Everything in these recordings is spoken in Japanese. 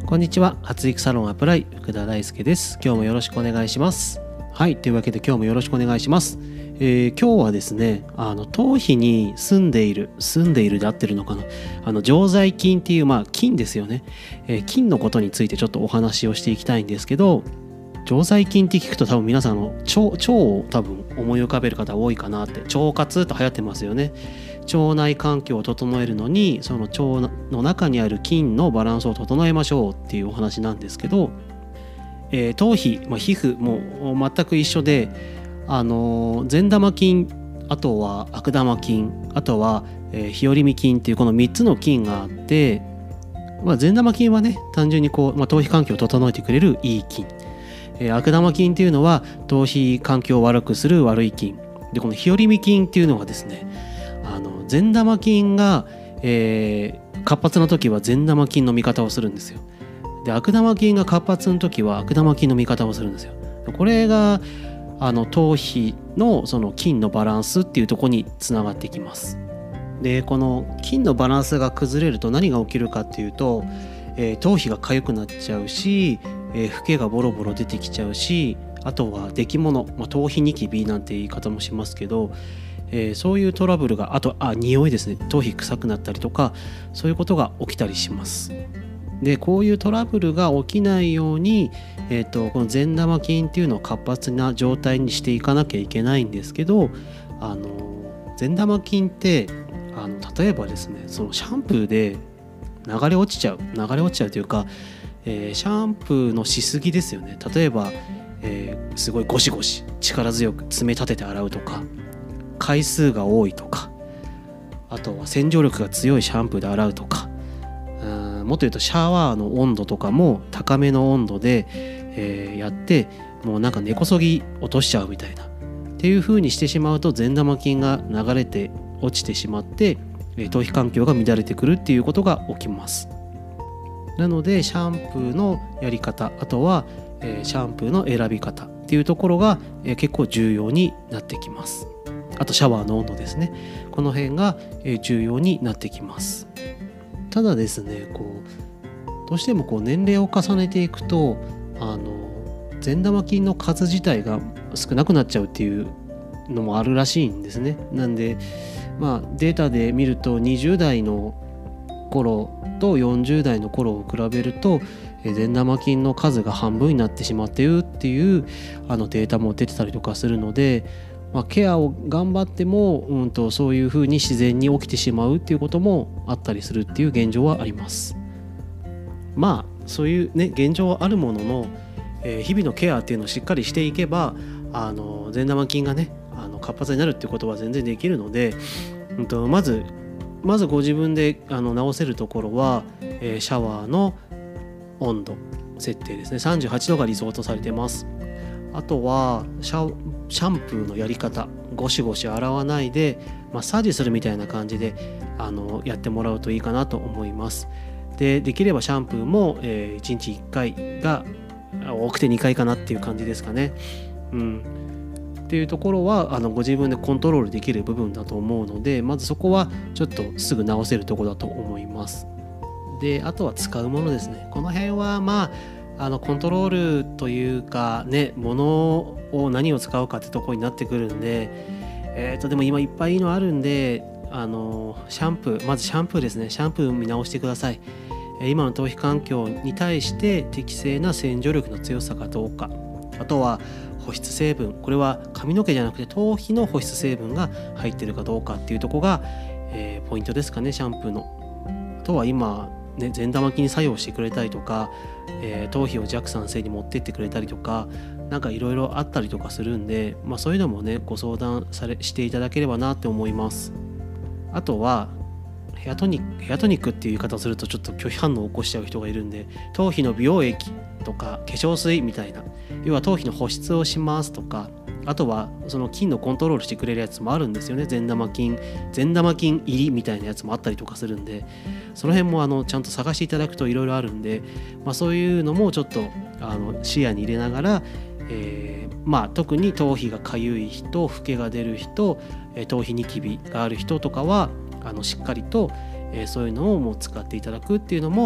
こんにちは。発育サロンアプライ福田大輔です。今日もよろしくお願いします。はい、というわけで今日もよろしくお願いします。今日はですね、頭皮に住んでいるで合ってるのかな、常在菌っていう菌ですよね、菌のことについてちょっとお話をしていきたいんですけど、常在菌って聞くと多分皆さん腸を多分思い浮かべる方多いかなって。腸活と流行ってますよね。腸内環境を整えるのにその腸の中にある菌のバランスを整えましょうっていうお話なんですけど、頭皮、皮膚も全く一緒で、善玉菌、あとは悪玉菌、あとは、日和見菌っていうこの3つの菌があって、善玉菌はね単純に頭皮環境を整えてくれるいい菌、悪玉菌っていうのは頭皮環境を悪くする悪い菌で、この日和見菌っていうのがですね、善玉菌が、活発な時は善玉菌の味方をするんですよ。で、悪玉菌が活発な時は悪玉菌の味方をするんですよ。これが頭皮のその菌のバランスっていうところにつながってきます。で、この菌のバランスが崩れると何が起きるかっていうと、頭皮が痒くなっちゃうし、フケがボロボロ出てきちゃうし、あとは出来物、頭皮ニキビなんて言い方もしますけど、そういうトラブルが、あと匂いですね。頭皮臭くなったりとか、そういうことが起きたりします。で、こういうトラブルが起きないように、この善玉菌っていうのを活発な状態にしていかなきゃいけないんですけど、善玉菌って例えばですね、そのシャンプーで流れ落ちちゃうというか、シャンプーのしすぎですよね。例えば、すごいゴシゴシ力強く爪立てて洗うとか、回数が多いとか、あとは洗浄力が強いシャンプーで洗うとか、もっと言うとシャワーの温度とかも高めの温度で、やって、もうなんか根こそぎ落としちゃうみたいなっていう風にしてしまうと、善玉菌が流れて落ちてしまって、頭皮環境が乱れてくるっていうことが起きます。なのでシャンプーのやり方、あとは、シャンプーの選び方っていうところが、結構重要になってきます。あとシャワーの温度ですね。この辺が、重要になってきます。ただですね、どうしても年齢を重ねていくと、善玉菌の数自体が少なくなっちゃうっていうのもあるらしいんですね。なんで、データで見ると20代の頃と40代の頃を比べると、善玉菌の数が半分になってしまっているっていうデータも出てたりとかするので、ケアを頑張っても、そういう風に自然に起きてしまうっていうこともあったりするっていう現状はあります。そういうね現状はあるものの、日々のケアっていうのをしっかりしていけば、善玉菌がね活発になるっていうことは全然できるので、まずご自分で直せるところは、シャワーの温度設定ですね。38度が理想とされてます。あとはシャンプーのやり方、ゴシゴシ洗わないでマッサージするみたいな感じでやってもらうといいかなと思います。できればシャンプーも、1日1回が多くて2回かなっていう感じですかね。っていうところはご自分でコントロールできる部分だと思うので、まずそこはちょっとすぐ直せるところだと思います。で、あとは使うものですね。この辺はコントロールというかね、物を何を使うかってところになってくるんで、でも今いっぱいいいのあるんで、シャンプー、まずシャンプーですね。シャンプー見直してください。今の頭皮環境に対して適正な洗浄力の強さかどうか、あとは保湿成分、これは髪の毛じゃなくて頭皮の保湿成分が入っているかどうかっていうところが、ポイントですかね、シャンプーの。あとは今ね、善玉菌に作用してくれたりとか、頭皮を弱酸性に持ってってくれたりとか、なんかいろいろあったりとかするんで、そういうのもねご相談していただければなって思います。あとはヘアトニックっていう言い方をするとちょっと拒否反応を起こしちゃう人がいるんで、頭皮の美容液とか化粧水みたいな、要は頭皮の保湿をしますとか、あとはその菌のコントロールしてくれるやつもあるんですよね。善玉菌入りみたいなやつもあったりとかするんで、その辺もちゃんと探していただくといろいろあるんで、そういうのもちょっと視野に入れながら、特に頭皮がかゆい人、フケが出る人、頭皮ニキビがある人とかはしっかりと、そういうのをもう使っていただくっていうのも、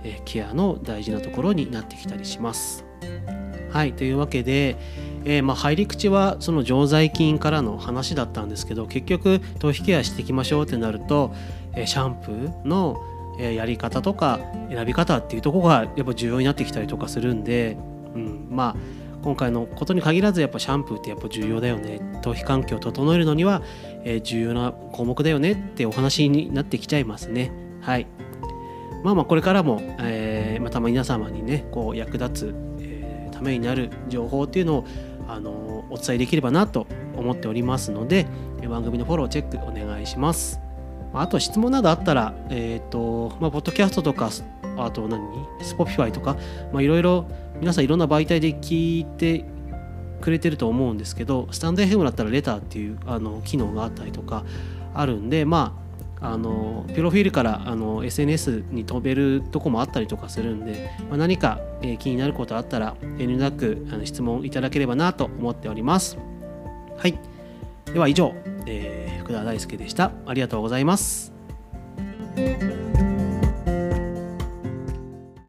ケアの大事なところになってきたりします。はい、というわけで、入り口はその常在菌からの話だったんですけど、結局頭皮ケアしていきましょうってなると、シャンプーのやり方とか選び方っていうところがやっぱ重要になってきたりとかするんで、今回のことに限らずやっぱシャンプーってやっぱ重要だよね、頭皮環境を整えるのには、重要な項目だよねってお話になってきちゃいますね。はい、これからも、また皆様にねこう役立つ、ためになる情報っていうのをお伝えできればなと思っておりますので、番組のフォローチェックお願いします。あと質問などあったら、ポッドキャストとか、あとSpotify とか、いろいろ皆さんいろんな媒体で聞いてくれてると思うんですけど、スタンド FM だったらレターっていう機能があったりとかあるんで、プロフィールから SNS に飛べるとこもあったりとかするんで、何か、気になることあったら遠慮なく質問いただければなと思っております。はい、では以上、福田大輔でした。ありがとうございます。